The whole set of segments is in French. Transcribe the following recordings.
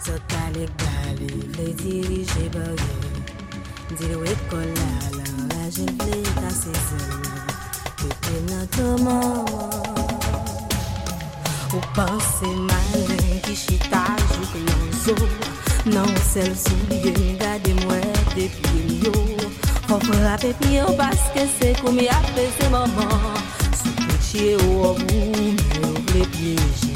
Sot à l'égal, les diriger par eux. Dis-le école la jeune fille à ses ailes. Depuis notre maman. Ou pensez malin qui chita joue l'onzo. Non, celle soulier, gardez-moi des pieds yo. Faut frapper pied parce que c'est comme y a fait ces moments. Sous péché au bout, les pieds.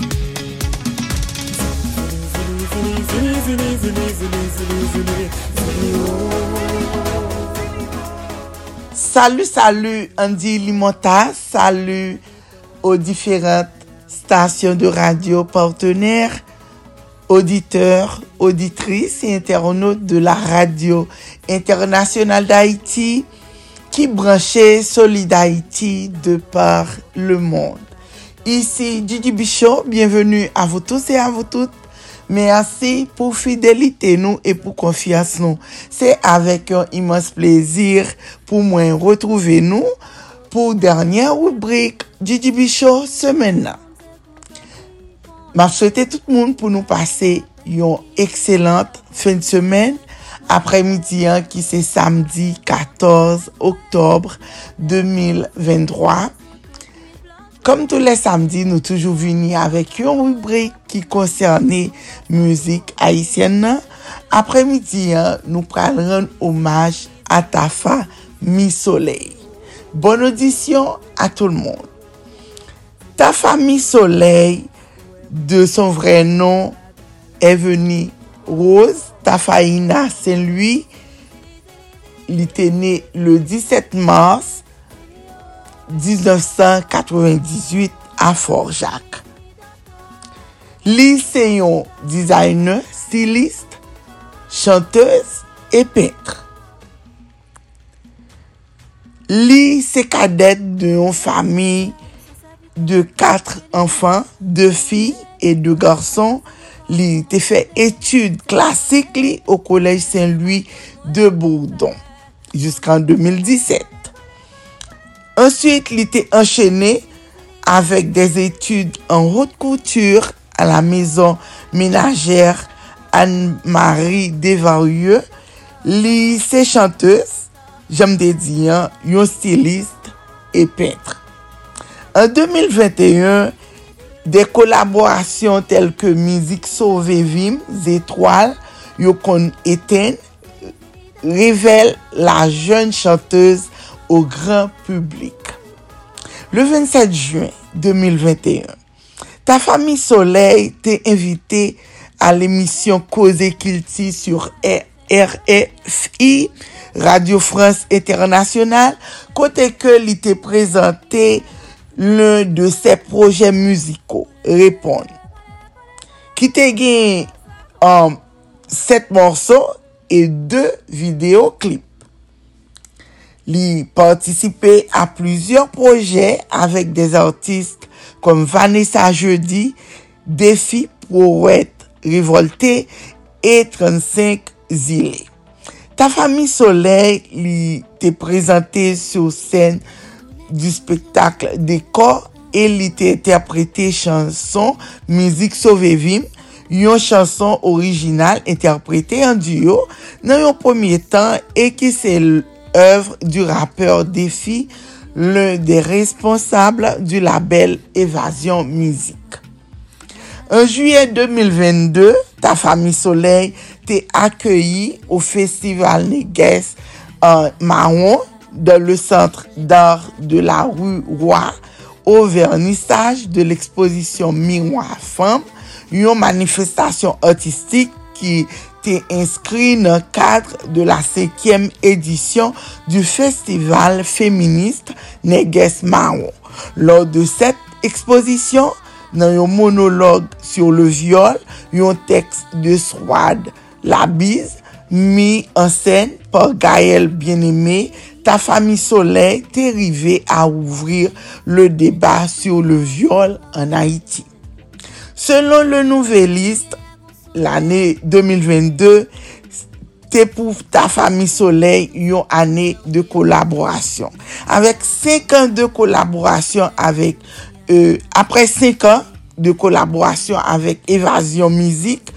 Salut, Andy Limota, salut aux différentes stations de radio partenaires, auditeurs, auditrices et internautes de la radio internationale d'Haïti qui branchait Solid Haïti de par le monde. Ici Didi Bichot, bienvenue à vous tous et à vous toutes. Merci pour fidélité nous et pour confiance nous. C'est avec un immense plaisir pour moi retrouver nous pour dernière rubrique Didi Bichot semaine. Je souhaite tout le monde pour nous passer une excellente fin de semaine après-midi qui c'est samedi 14 octobre 2023. Comme tous les samedis, nous toujours venus avec une rubrique qui concerne musique haïtienne. Après-midi, nous prendrons hommage à Tafa Mi Soleil. Bonne audition à tout le monde. Tafa Mi Soleil, de son vrai nom, est venue Rose Tafaïna Saint-Louis. Il était né le 17 mars 1998 à Fort-Jacques. Li c'est un designer, styliste, chanteuse et peintre. Li c'est cadette d'une famille de 4 enfants, 2 filles et 2 garçons. Li te fait études classiques li au collège Saint-Louis de Bourdon jusqu'en 2017. Ensuite, il était enchaîné avec des études en haute couture à la maison ménagère Anne-Marie Desvarieux. Il est chanteuse, j'aime dire, un styliste et peintre. En 2021, des collaborations telles que Musique Sauvé Vim, Étoiles, Yokon Eten, révèlent la jeune chanteuse au grand public. Le 27 juin 2021, Tafa Mi Soleil t'est invité à l'émission Causer Kilti sur RFI, Radio France Internationale, côté que il t'est présenté l'un de ses projets musicaux, Répondre, qui t'a gagné 7 morceaux et 2 vidéoclips. Il participait à plusieurs projets avec des artistes comme Vanessa Jeudi, Défi Poète Révolté et 35 Zilé. Tafa Mi Soleil t'est présenté sur scène du spectacle Décor et il t'a interprété chanson Musique Sauvé Vim, une chanson originale interprétée en duo dans un premier temps et qui c'est œuvre du rappeur Défi, l'un des responsables du label Évasion Musique. En juillet 2022, Tafa Mi Soleil t'est accueilli au festival Neges en Mahon dans le centre d'art de la rue Roi au vernissage de l'exposition Miroir Femme, une manifestation artistique qui t'est inscrit dans le cadre de la 5e édition du festival féministe Neges Mahon. Lors de cette exposition, dans un monologue sur le viol, un texte de Swad La Bise, mis en scène par Gaël Bien-Aimé, Tafa Mi Soleil t'est arrivé à ouvrir le débat sur le viol en Haïti. Selon le Nouvelliste, l'année 2022, c'est pour Tafa Mi Soleil une année de collaboration. Avec 5 ans de collaboration avec, après 5 ans de collaboration avec Évasion Musique,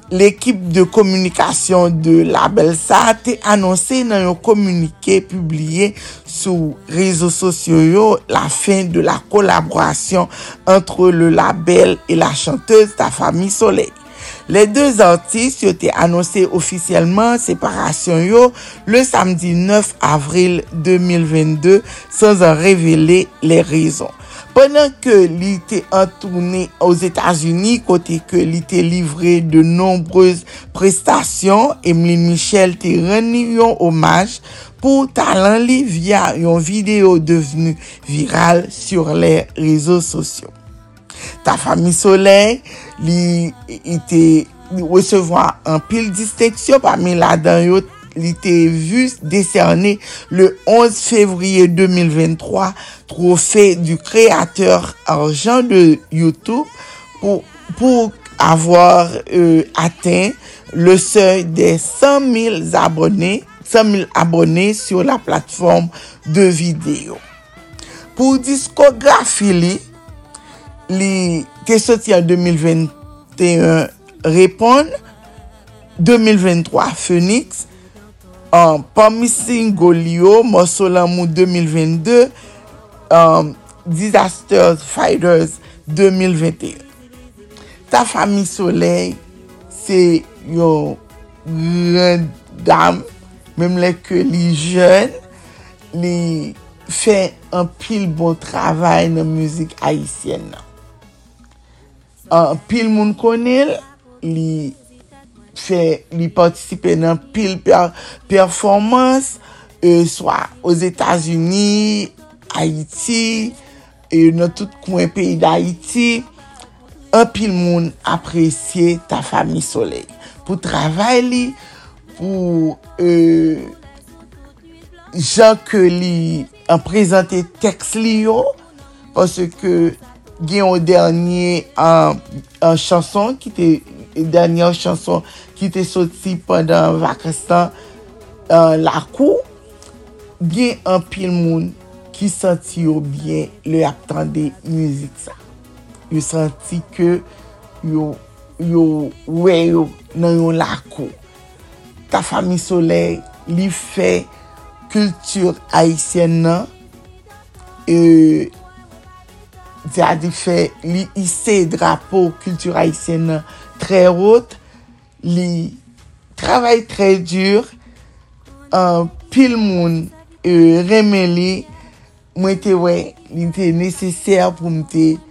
l'équipe de communication de label ça a annoncé dans un communiqué publié sur réseaux sociaux la fin de la collaboration entre le label et la chanteuse Tafami Soleil. Les deux artistes ont été annoncés officiellement séparation yo le samedi 9 avril 2022 sans en révéler les raisons. Pendant que l'ité en tournée aux États-Unis, côté que l'ité livré de nombreuses prestations, Emeline Michel te rendu un hommage pour talent li via une vidéo devenue virale sur les réseaux sociaux. Tafami Soleil, li était recevoir un pile distinction parmi là-dedans il était vu décerné le 11 février 2023 trophée du créateur argent de YouTube pour avoir atteint le seuil des 100 000 abonnés sur la plateforme de vidéo. Pour discographie li qui sorti en 2021 répondent 2023 Phoenix parmi Singolio Morceau L'amour 2022 Disasters Fighters 2021. Tafami Soleil c'est une grande dame même les que les jeunes les fait un pile bon travail dans la musique haïtienne. Un pile moun connaît li participer dans pile performance soit aux États-Unis, Haïti et dans tout coin pays d'Haïti. Un pile moun apprécier Tafami Soleil pour travail pour gens que li en présenter texte li yo parce que gen un dernier en chanson qui était dernière chanson qui était sortie pendant vacances la cour gen un pile monde qui senti yo bien le attendait musique ça yo senti que yo ouais yo dans la cour. Tafami Soleil li fait culture haïtienne c'est-à-dire fait li hissé drapeau culture haïtienne très haute, li travail très dur pile moun remeli moi était ouais il était nécessaire pour me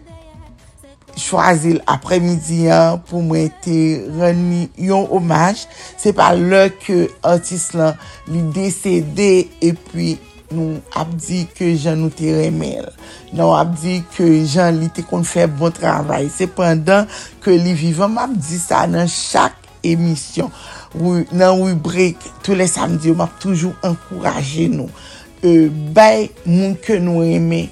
choisir l'après-midi pour moi te rendre un hommage. C'est pas là que artiste là li décédé et puis nous a dit que Jean nous te remel. Nous a dit que Jean li te kon fait bon travail. C'est pendant que li vivant m'a dit ça dans chaque émission. Dans rubrique tous les samedis m'a toujours encouragé nous bay moun que nous aimer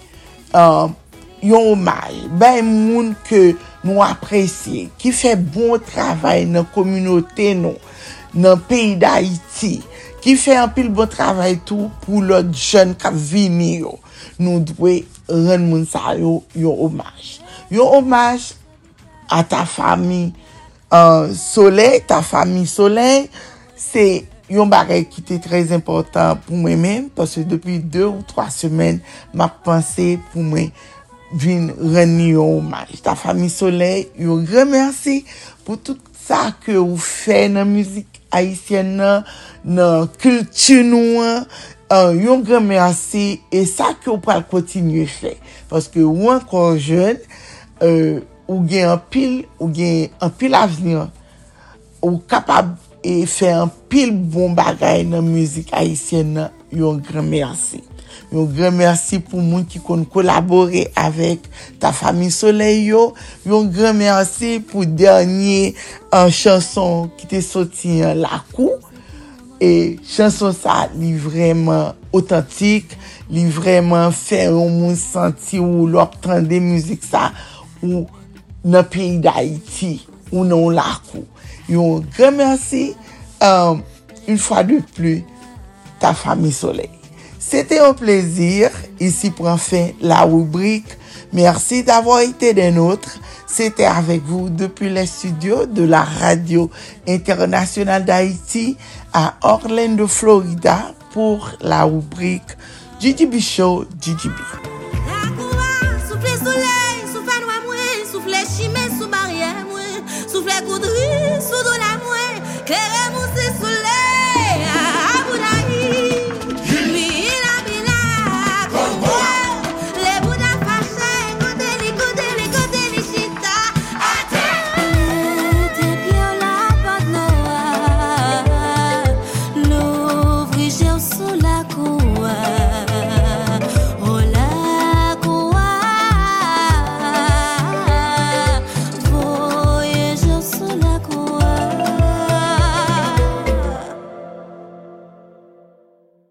yon hommage, ben moun que nous apprécier, qui fait bon travail dans la communauté nous, dans le pays d'Haïti, qui fait un pile bon travail tout pour l'autre jeune qui vini yo. Nous devons rendre moun sa yo hommage. Yon hommage à ta famille Soleil, Tafami Soleil, c'est yon bagay qui était très important pour moi-même parce que depuis 2 ou 3 semaines, m'a pensé pour moi vin rendre hommage. Tafami Soleil, yo remercie pour tout ça que vous faites dans la musique haïtienne, dans la culture noire. Yo remercie et ça que vous pouvez continuer faire parce que ou encore jeune ou gen un pile avenir ou capable et faire un pile bon bagay dans la musique haïtienne. Yo grand merci. Un grand merci pour moun qui kon collaborer avec Tafami Soleil yo. Un grand merci pour dernier chanson qui était sorti la cour et chanson ça li vraiment authentique, li vraiment fait on moun senti ou l'entendre musique ça ou dans pays d'Haïti ou non la cour. Un grand merci une fois de plus Tafami Soleil. C'était un plaisir ici pour en fin la rubrique Merci d'avoir été des nôtres. C'était avec vous depuis les studios de la Radio Internationale d'Haïti à Orlando, Florida pour la rubrique GGB Show GGB.